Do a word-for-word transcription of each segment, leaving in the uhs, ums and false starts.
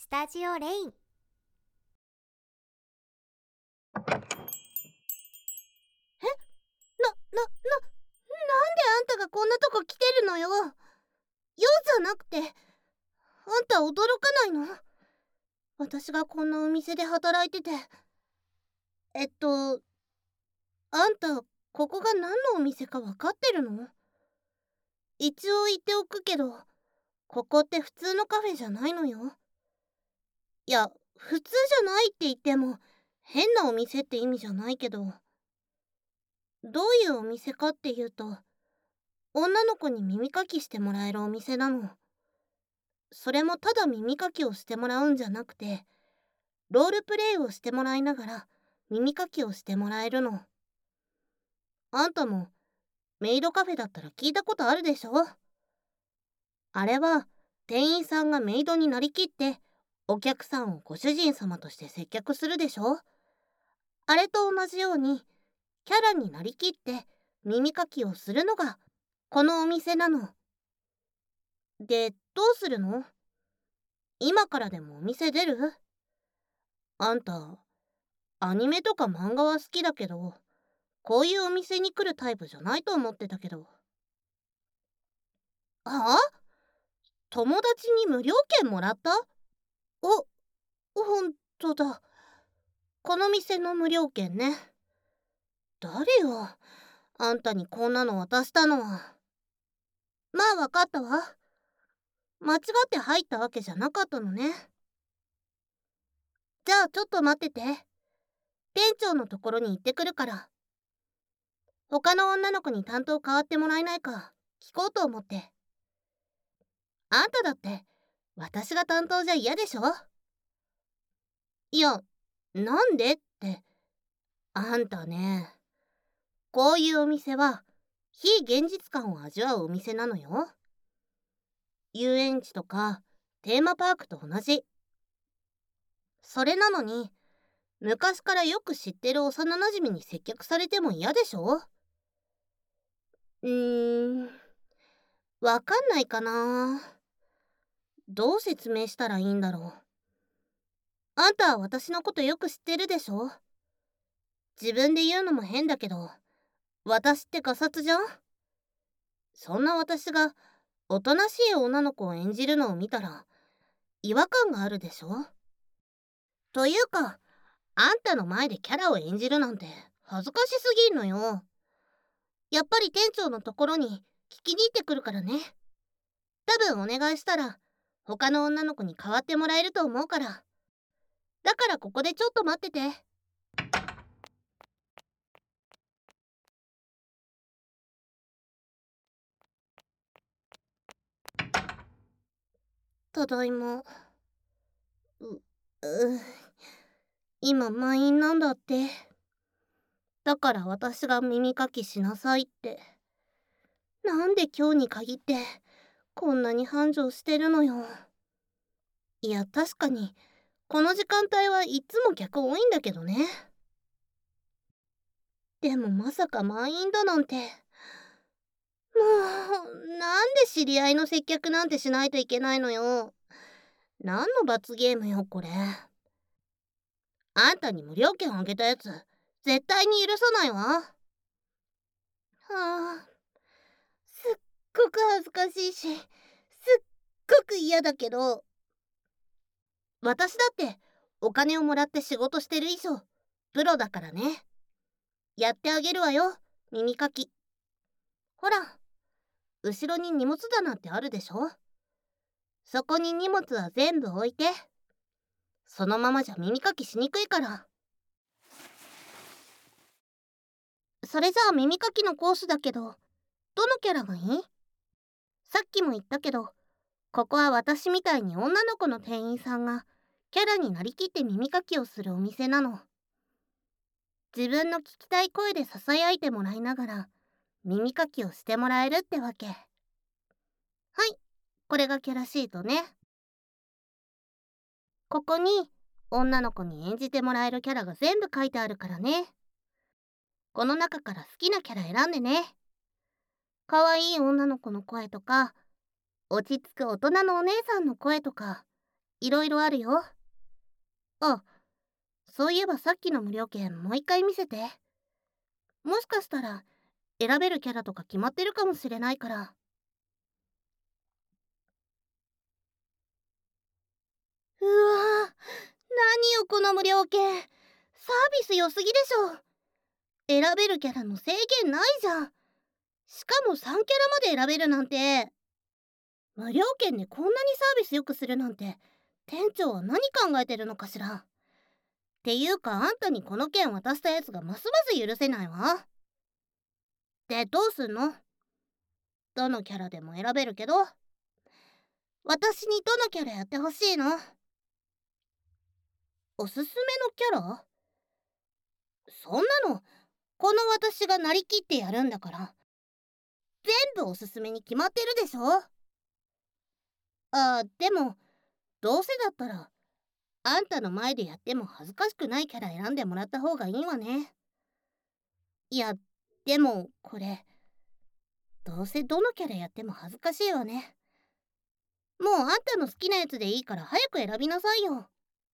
スタジオレイン。 え、な、な、な、なんであんたがこんなとこ来てるのよ。用じゃなくて、あんた驚かないの？私がこんなお店で働いてて。えっと、あんた、ここが何のお店か分かってるの？一応言っておくけど、ここって普通のカフェじゃないのよ。いや、普通じゃないって言っても、変なお店って意味じゃないけど、どういうお店かっていうと、女の子に耳かきしてもらえるお店なの。それもただ耳かきをしてもらうんじゃなくて、ロールプレイをしてもらいながら耳かきをしてもらえるの。あんたもメイドカフェだったら聞いたことあるでしょ？あれは店員さんがメイドになりきってお客さんをご主人様として接客するでしょ？あれと同じようにキャラになりきって耳かきをするのがこのお店なの。で、どうするの？今からでもお店出る？あんた、アニメとか漫画は好きだけど、こういうお店に来るタイプじゃないと思ってたけど。ああ？友達に無料券もらった？お、ほんとだ。この店の無料券ね。誰よ、あんたにこんなの渡したのは。まあわかったわ。間違って入ったわけじゃなかったのね。じゃあちょっと待ってて。店長のところに行ってくるから。他の女の子に担当変わってもらえないか聞こうと思って。あんただって私が担当じゃ嫌でしょ？いや、なんでって。あんたね、こういうお店は非現実感を味わうお店なのよ。遊園地とかテーマパークと同じ。それなのに昔からよく知ってる幼なじみに接客されても嫌でしょ？うーん、わかんないかな。どう説明したらいいんだろう。あんたは私のことよく知ってるでしょ？自分で言うのも変だけど、私ってガサツじゃん？そんな私がおとなしい女の子を演じるのを見たら違和感があるでしょ？というか、あんたの前でキャラを演じるなんて恥ずかしすぎんのよ。やっぱり店長のところに聞きに行ってくるからね。多分お願いしたら他の女の子に代わってもらえると思うから。だからここでちょっと待ってて。ただいま。う、う、今満員なんだって。だから私が耳かきしなさいって。なんで今日に限ってこんなに繁盛してるのよ。いや、確かにこの時間帯はいつも客多いんだけどね。でもまさか満員だなんて。もう、なんで知り合いの接客なんてしないといけないのよ。何の罰ゲームよこれ。あんたに無料券あげたやつ絶対に許さないわ。はあ、すっごく恥ずかしいし、すっごく嫌だけど、私だってお金をもらって仕事してる以上プロだからね。やってあげるわよ、耳かき。ほら、後ろに荷物棚ってあるでしょ？そこに荷物は全部置いて。そのままじゃ耳かきしにくいから。それじゃあ耳かきのコースだけど、どのキャラがいい？さっきも言ったけど、ここは私みたいに女の子の店員さんがキャラになりきって耳かきをするお店なの。自分の聞きたい声でささやいてもらいながら耳かきをしてもらえるってわけ。はい、これがキャラシートね。ここに女の子に演じてもらえるキャラが全部書いてあるからね。この中から好きなキャラ選んでね。可愛い女の子の声とか、落ち着く大人のお姉さんの声とか、 いろいろあるよ。あ、そういえばさっきの無料券もう一回見せて。もしかしたら選べるキャラとか決まってるかもしれないから。うわぁ、何よこの無料券。サービス良すぎでしょ。選べるキャラの制限ないじゃん。しかもさんキャラまで選べるなんて。無料券でこんなにサービス良くするなんて、店長は何考えてるのかしら。っていうか、あんたにこの券渡したやつがますます許せないわ。で、どうすんの？どのキャラでも選べるけど、私にどのキャラやってほしいの？おすすめのキャラ？そんなの、この私がなりきってやるんだから。全部おすすめに決まってるでしょ。あ、でも、どうせだったら、あんたの前でやっても恥ずかしくないキャラ選んでもらった方がいいわね。いや、でも、これ、どうせどのキャラやっても恥ずかしいわね。もうあんたの好きなやつでいいから早く選びなさいよ。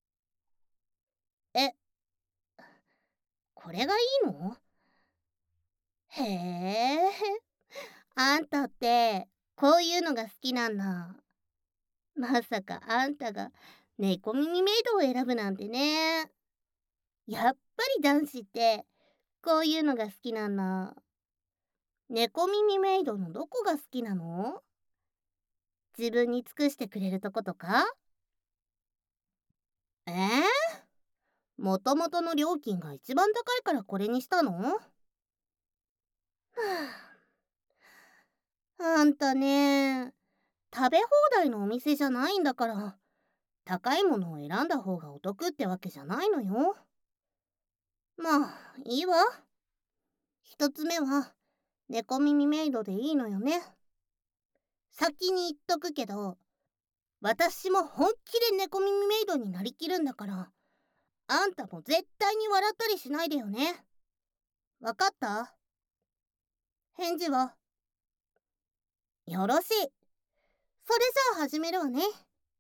え、これがいいの？へえ、あんたってこういうのが好きなんだ。まさかあんたが猫耳メイドを選ぶなんてね。やっぱり男子ってこういうのが好きなんだ。猫耳メイドのどこが好きなの？自分に尽くしてくれるとことか？えー、もともとの料金が一番高いからこれにしたの？はあ、あんたね、食べ放題のお店じゃないんだから、高いものを選んだ方がお得ってわけじゃないのよ。まあ、いいわ。一つ目は、猫耳メイドでいいのよね。先に言っとくけど、私も本気で猫耳メイドになりきるんだから、あんたも絶対に笑ったりしないでよね。わかった？返事は？よろしい。それじゃあ始めるわね。にゃんに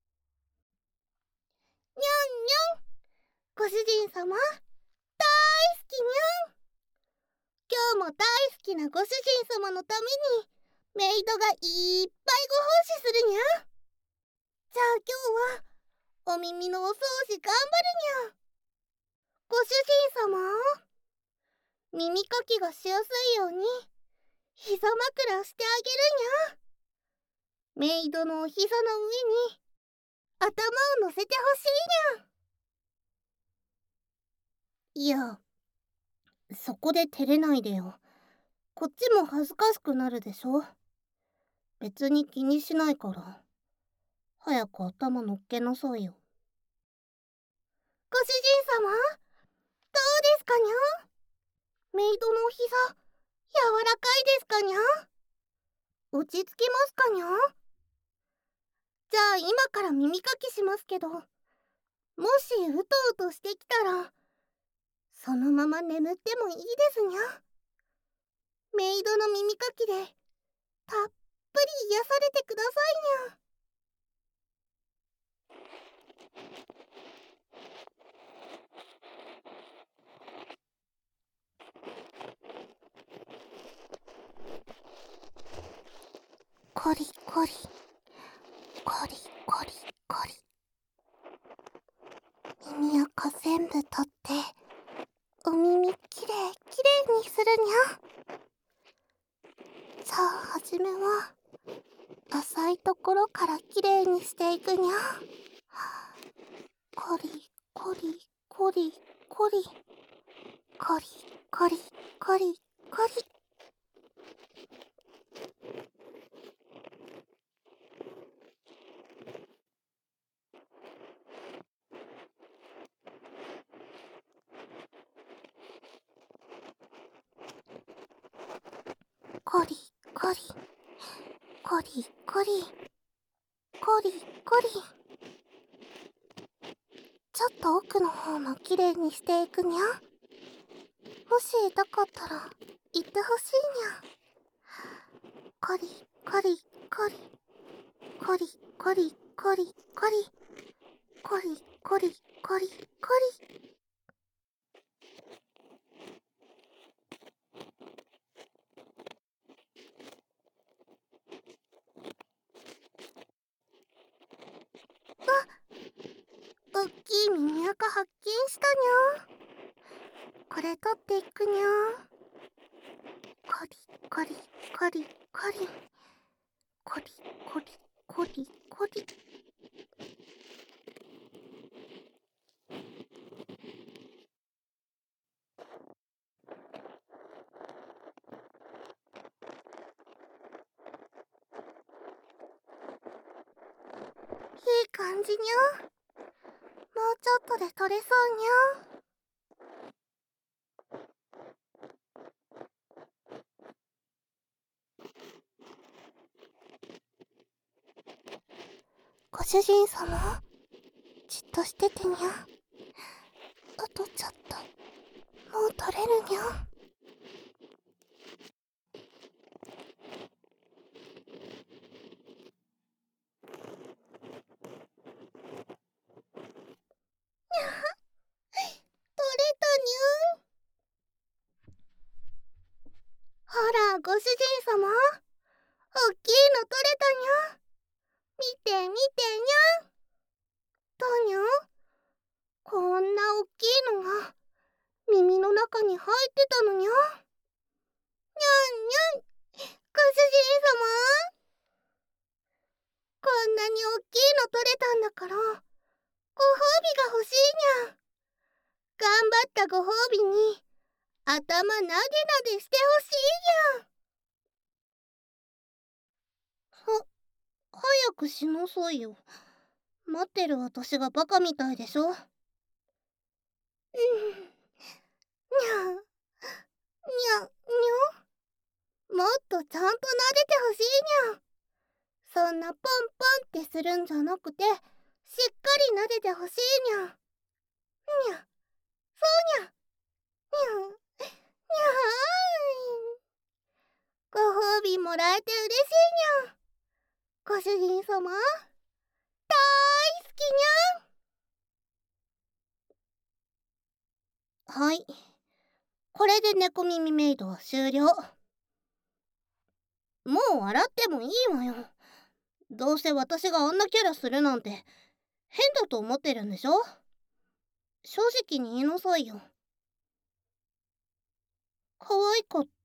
ゃん。ご主人様、大好きにゃん。今日も大好きなご主人様のためにメイドがいっぱいご奉仕するにゃん。じゃあ今日はお耳のお掃除頑張るにゃん。ご主人様、耳かきがしやすいように膝枕してあげるにゃん。メイドのお膝の上に頭を乗せてほしいにゃん。いや、そこで照れないでよ。こっちも恥ずかしくなるでしょ。別に気にしないから。早く頭乗っけなさいよ。ご主人様、どうですかにゃ？メイドのお膝、柔らかいですかにゃ？落ち着きますかにゃ？じゃあ今から耳かきしますけど、もしうとうとしてきたら、そのまま眠ってもいいですにゃ。メイドの耳かきで、たっぷり癒されてくださいにゃ。コリコリコリコリコリ。耳垢全部取ってお耳きれいきれいにするにゃ。じゃあはじめは浅いところからきれいにしていくにゃ。コリコリコリコリコリコリコリコリ。コリコリコリコリコリコリ。ちょっと奥の方もきれいにしていくにゃ。もし痛かったら言ってほしいにゃ。コリコリコリコリコリコリコリ。 コリコリコリコリ。あ、おっきい耳垢発見したにゃ。これ取っていくにゃ。コリコリコリコリコリコリコリコリ。いい感じにゃ。もうちょっとで取れそうにゃ。ご主人様、じっとしててにゃ。あとちょっと、もう取れるにゃ。取れたにゃ。ほら、ご主人様、おっきいの取れたにゃ。見て見てにゃ。どうにゃ。こんなおっきいのが耳の中に入ってたのにゃ。にゃんにゃん。ご主人様、こんなにおっきいの取れたんだから、ご褒美が欲しいにゃ。頑張ったご褒美に頭なでなでしてほしいにゃ。は、早くしなさいよ。待ってる私がバカみたいでしょ。うん。にゃ、にゃ、にょ。もっとちゃんとなでてほしいにゃ。そんなポンポンってするんじゃなくて、しっかりなでてほしいにゃ。にゃ、そうにゃ。にゃ、にゃーい。ご褒美もらえて嬉しいにゃ。ご主人様、だーい好きにゃ。はい。これで猫耳メイドは終了。もう笑ってもいいわよ。どうせ私があんなキャラするなんて変だと思ってるんでしょ。正直に言いなさいよ。可愛かった？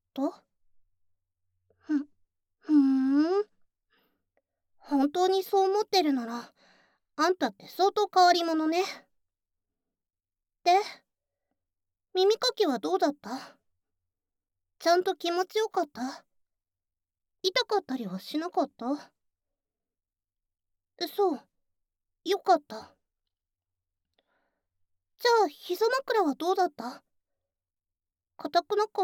ふ、ふーん。本当にそう思ってるなら、あんたって相当変わり者ね。で、耳かきはどうだった？ちゃんと気持ちよかった？痛かったりはしなかった？そう、よかった。じゃあ膝枕はどうだった？硬くなかった？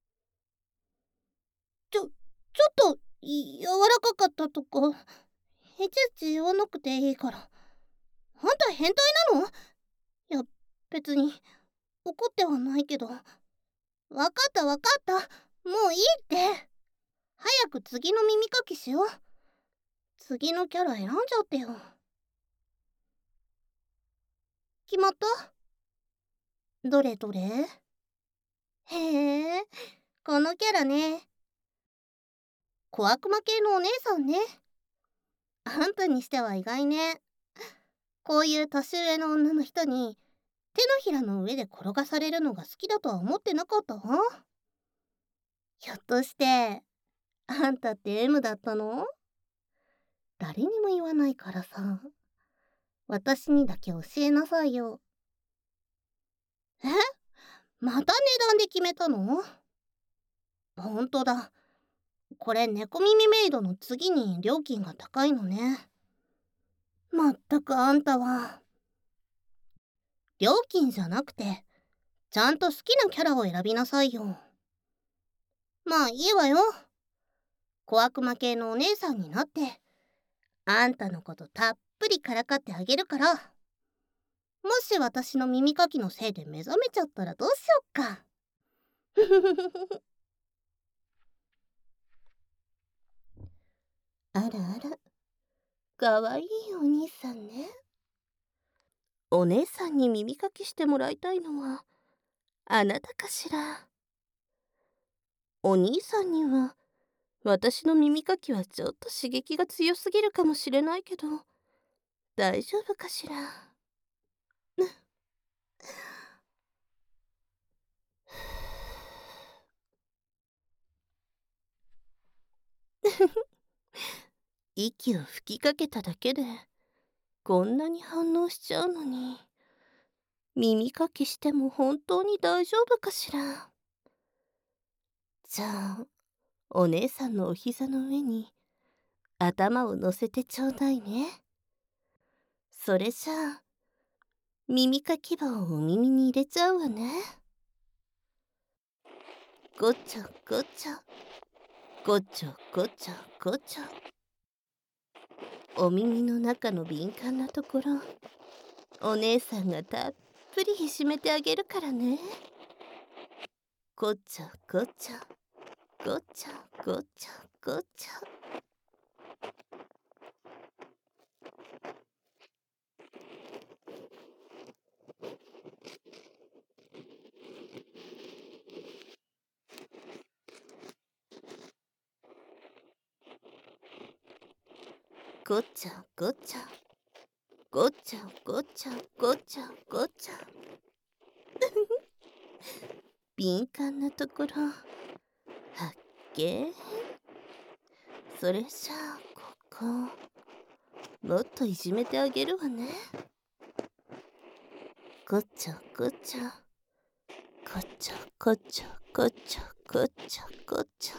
ちょ、ちょっと柔らかかったとか、いちいち言わなくていいから。あんた変態なの？いや、別に怒ってはないけど。わかったわかった。もういいって。早く次の耳かきしよう。次のキャラ選んじゃってよ。決まった？どれどれ？へえ、このキャラね。小悪魔系のお姉さんね。あんたにしては意外ね。こういう年上の女の人に手のひらの上で転がされるのが好きだとは思ってなかったわ。ひょっとしてあんたって エム だったの？誰にも言わないからさ。私にだけ教えなさいよ。え？また値段で決めたの？ほんとだ。これ猫耳メイドの次に料金が高いのね。まったくあんたは。料金じゃなくて、ちゃんと好きなキャラを選びなさいよ。まあいいわよ。小悪魔系のお姉さんになって、あんたのことたっぷりからかってあげるから。もし私の耳かきのせいで目覚めちゃったらどうしよっか。あらあら、かわいいお兄さんね。 お姉さんに耳かきしてもらいたいのはあなたかしら。お兄さんには私の耳かきはちょっと刺激が強すぎるかもしれないけど、大丈夫かしら。息を吹きかけただけでこんなに反応しちゃうのに、耳かきしても本当に大丈夫かしら。じゃあお姉さんのお膝の上に頭を乗せてちょうだいね。それじゃあ耳かき棒をお耳に入れちゃうわね。ごちょごちょごちょごちょごちょ。お耳の中の敏感なところ、お姉さんがたっぷりいじめてあげるからね。ごちょごちょごちょごちょごちょ。ごちょごちょごちょごちょごちょごちょ。敏感なところ発見。それじゃあここもっといじめてあげるわね。ごちょごちょごちょごちょごちょごちょごちょ。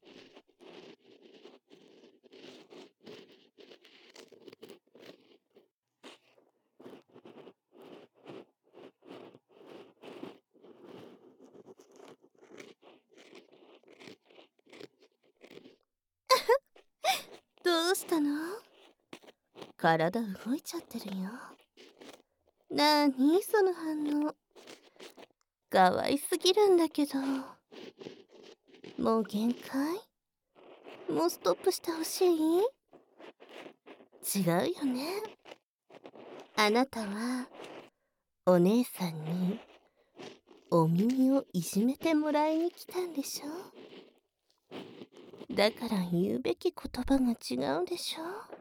どうしたの？体動いちゃってるよ。なにその反応。かわいすぎるんだけど。もう限界？もうストップしてほしい？違うよね。あなたはお姉さんにお耳をいじめてもらいに来たんでしょ。だから言うべき言葉が違うでしょ。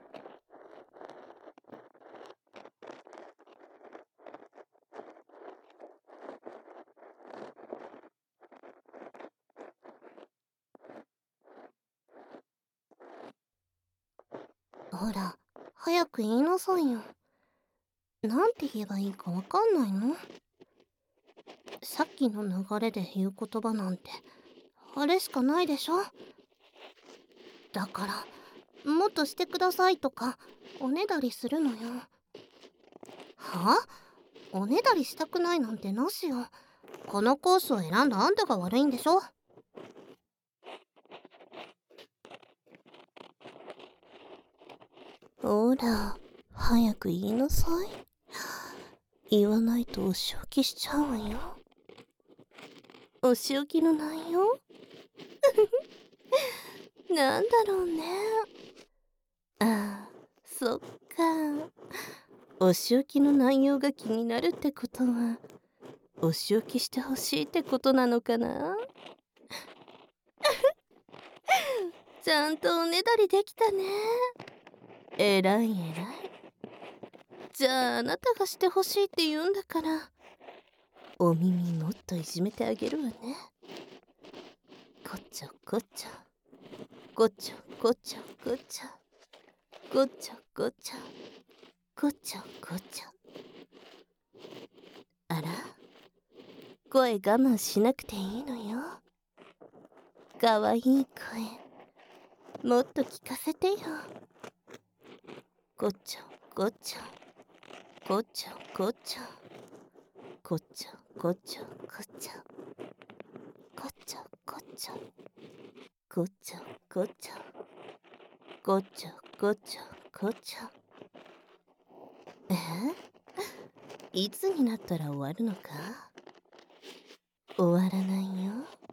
ほら、早く言いなさいよ。なんて言えばいいかわかんないの？さっきの流れで言う言葉なんてあれしかないでしょ。だからもっとしてくださいとかおねだりするのよ。はあ？おねだりしたくないなんてなしよ。このコースを選んだあんたが悪いんでしょ。ほら、早く言いなさい。言わないとお仕置きしちゃうわよ。お仕置きの内容？なんだろうね。ああ、そっか。お仕置きの内容が気になるってことは、お仕置きしてほしいってことなのかな。ちゃんとおねだりできたね。えらいえらい。じゃああなたがしてほしいって言うんだから、お耳もっといじめてあげるわね。こちょこちょこちょこちょこちょこちょこちょこちょこちょ。あら、声我慢しなくていいのよ。かわいい声もっと聞かせてよ。こちょこちょこちょこちょこちょこちょこちょこちょこちょこちょこちょこちょこちょこちょ。え？いつになったら終わるのか？終わらないよ。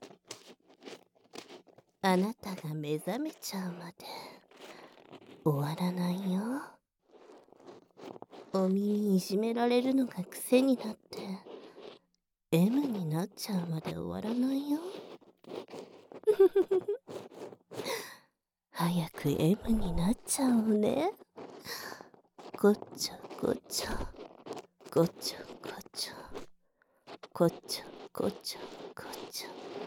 あなたが目覚めちゃうまで終わらないよ。 お耳いじめられるのが癖になって エム になっちゃうまで終わらないよ。早く エム になっちゃおうね。ごちょごちょごちょごちょごちょごちょごちょ。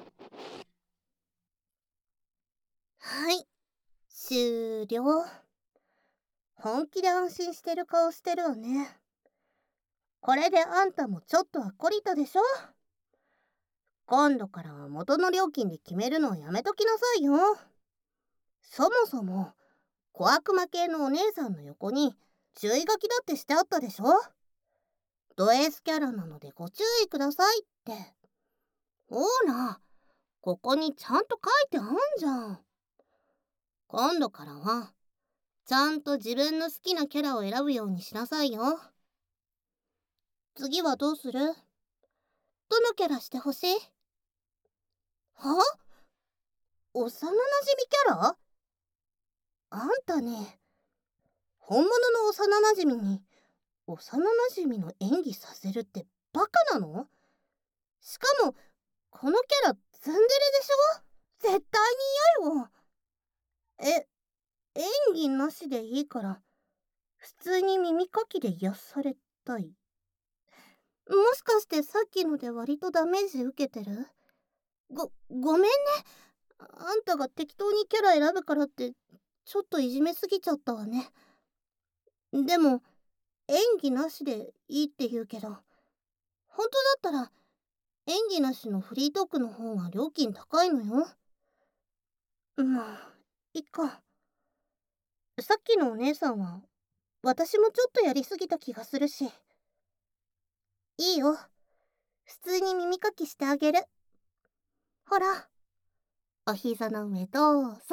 はい、終了。本気で安心してる顔してるわね。これであんたもちょっとは懲りたでしょ。今度からは元の料金で決めるのをやめときなさいよ。そもそも小悪魔系のお姉さんの横に注意書きだってしてあったでしょ。ド S キャラなのでご注意くださいって。ほら、ここにちゃんと書いてあんじゃん。今度からはちゃんと自分の好きなキャラを選ぶようにしなさいよ。次はどうする？どのキャラしてほしい？は？幼なじみキャラ？あんたね、本物の幼なじみに幼なじみの演技させるってバカなの？しかもこのキャラツンデレでしょ？絶対に嫌よ。え、演技なしでいいから普通に耳かきで癒されたい。もしかしてさっきので割とダメージ受けてる？ご、ごめんね。あんたが適当にキャラ選ぶからってちょっといじめすぎちゃったわね。でも演技なしでいいって言うけど、本当だったら演技なしのフリートークの方が料金高いのよ。まあいっか。さっきのお姉さんは私もちょっとやりすぎた気がするし。いいよ、普通に耳かきしてあげる。ほら、お膝の上どうぞ。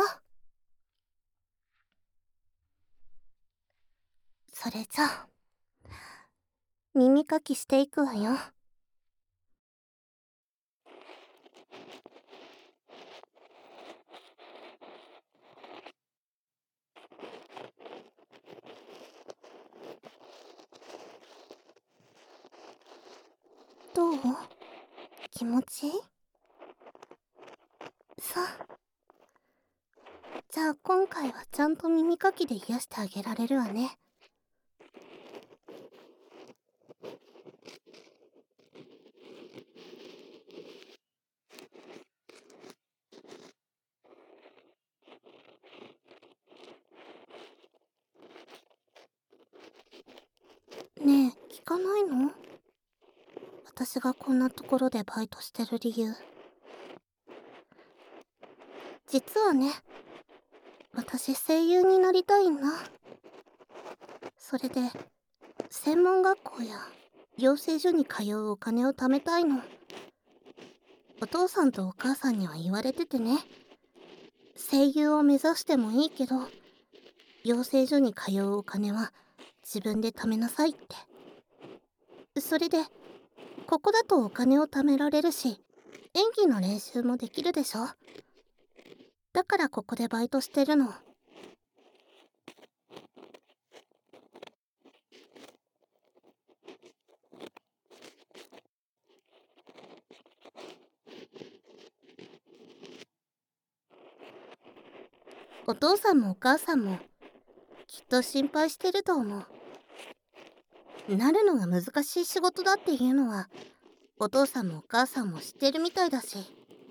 それじゃあ耳かきしていくわよ。どう？気持ちいい？さあ、じゃあ今回はちゃんと耳かきで癒してあげられるわね。ねえ、聞かないの？私がこんなところでバイトしてる理由。実はね、私声優になりたいんだ。それで専門学校や養成所に通うお金を貯めたいの。お父さんとお母さんには言われててね、声優を目指してもいいけど養成所に通うお金は自分で貯めなさいって。それでここだとお金を貯められるし演技の練習もできるでしょ。だからここでバイトしてるの。お父さんもお母さんもきっと心配してると思う。なるのが難しい仕事だっていうのはお父さんもお母さんも知ってるみたいだし、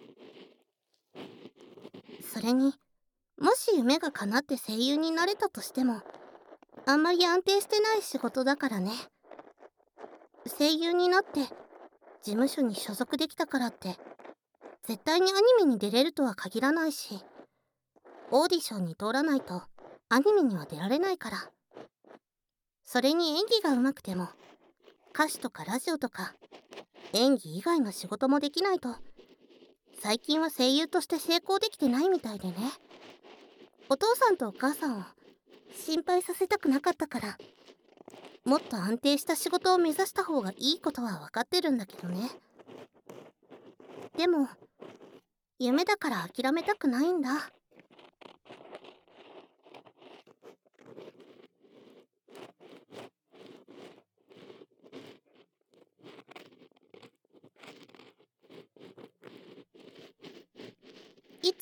それにもし夢が叶って声優になれたとしてもあんまり安定してない仕事だからね。声優になって事務所に所属できたからって絶対にアニメに出れるとは限らないし、オーディションに通らないとアニメには出られないから。それに演技が上手くても歌手とかラジオとか演技以外の仕事もできないと最近は声優として成功できてないみたいでね。お父さんとお母さんを心配させたくなかったから、もっと安定した仕事を目指した方がいいことは分かってるんだけどね。でも夢だから諦めたくないんだ。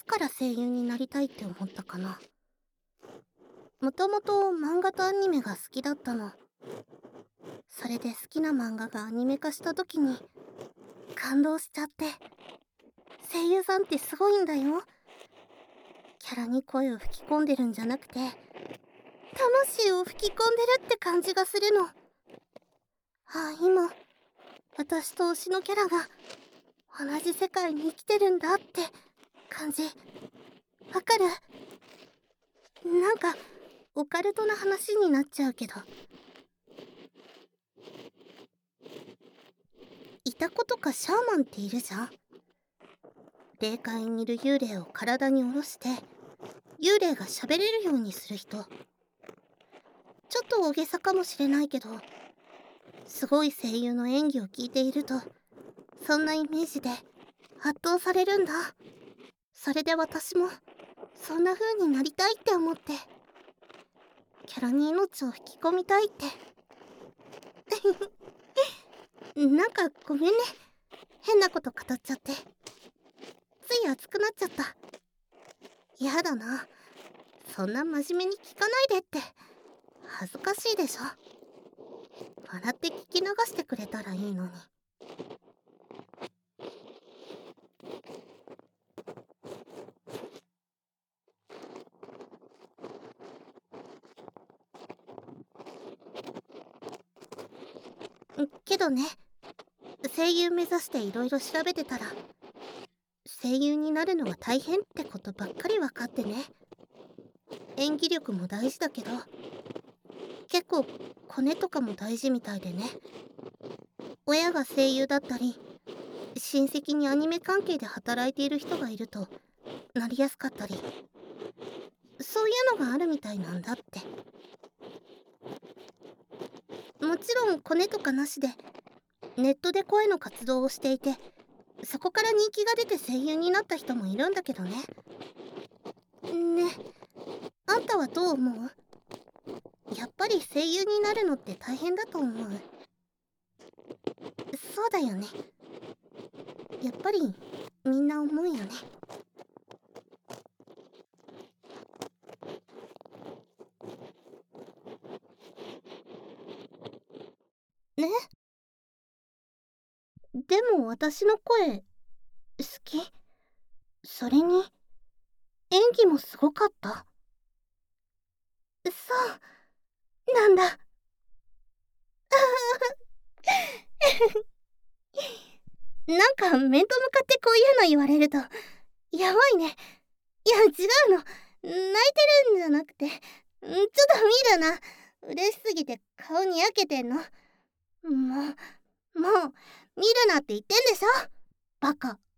から声優になりたいって思ったかな。もともと漫画とアニメが好きだったの。それで好きな漫画がアニメ化した時に感動しちゃって。声優さんってすごいんだよ。キャラに声を吹き込んでるんじゃなくて魂を吹き込んでるって感じがするの。ああ、今私と推しのキャラが同じ世界に生きてるんだって感じ。わかる？なんかオカルトな話になっちゃうけど、イタコとかシャーマンっているじゃん。霊界にいる幽霊を体に下ろして幽霊が喋れるようにする人。ちょっと大げさかもしれないけど、すごい声優の演技を聞いているとそんなイメージで圧倒されるんだ。それで私もそんな風になりたいって思ってキャラに命を吹き込みたいってなんかごめんね、変なこと語っちゃって。つい熱くなっちゃった。やだな、そんな真面目に聞かないでって。恥ずかしいでしょ。笑って聞き流してくれたらいいのに。けどね、声優目指していろいろ調べてたら声優になるのが大変ってことばっかり分かってね。演技力も大事だけど結構コネとかも大事みたいでね。親が声優だったり親戚にアニメ関係で働いている人がいるとなりやすかったり、そういうのがあるみたいなんだって。もちろんコネとかなしでネットで声の活動をしていてそこから人気が出て声優になった人もいるんだけどね。ね、あんたはどう思う？やっぱり声優になるのって大変だと思う。そうだよね。やっぱりみんな思うよね。ね？でも私の声好き？それに演技もすごかった。そうなんだ。なんか面と向かってこういうの言われるとやばいね。いや違うの、泣いてるんじゃなくて、ちょっと見るな。嬉しすぎて顔に焼けてんの。もうもう見るなって言ってんでしょバカ。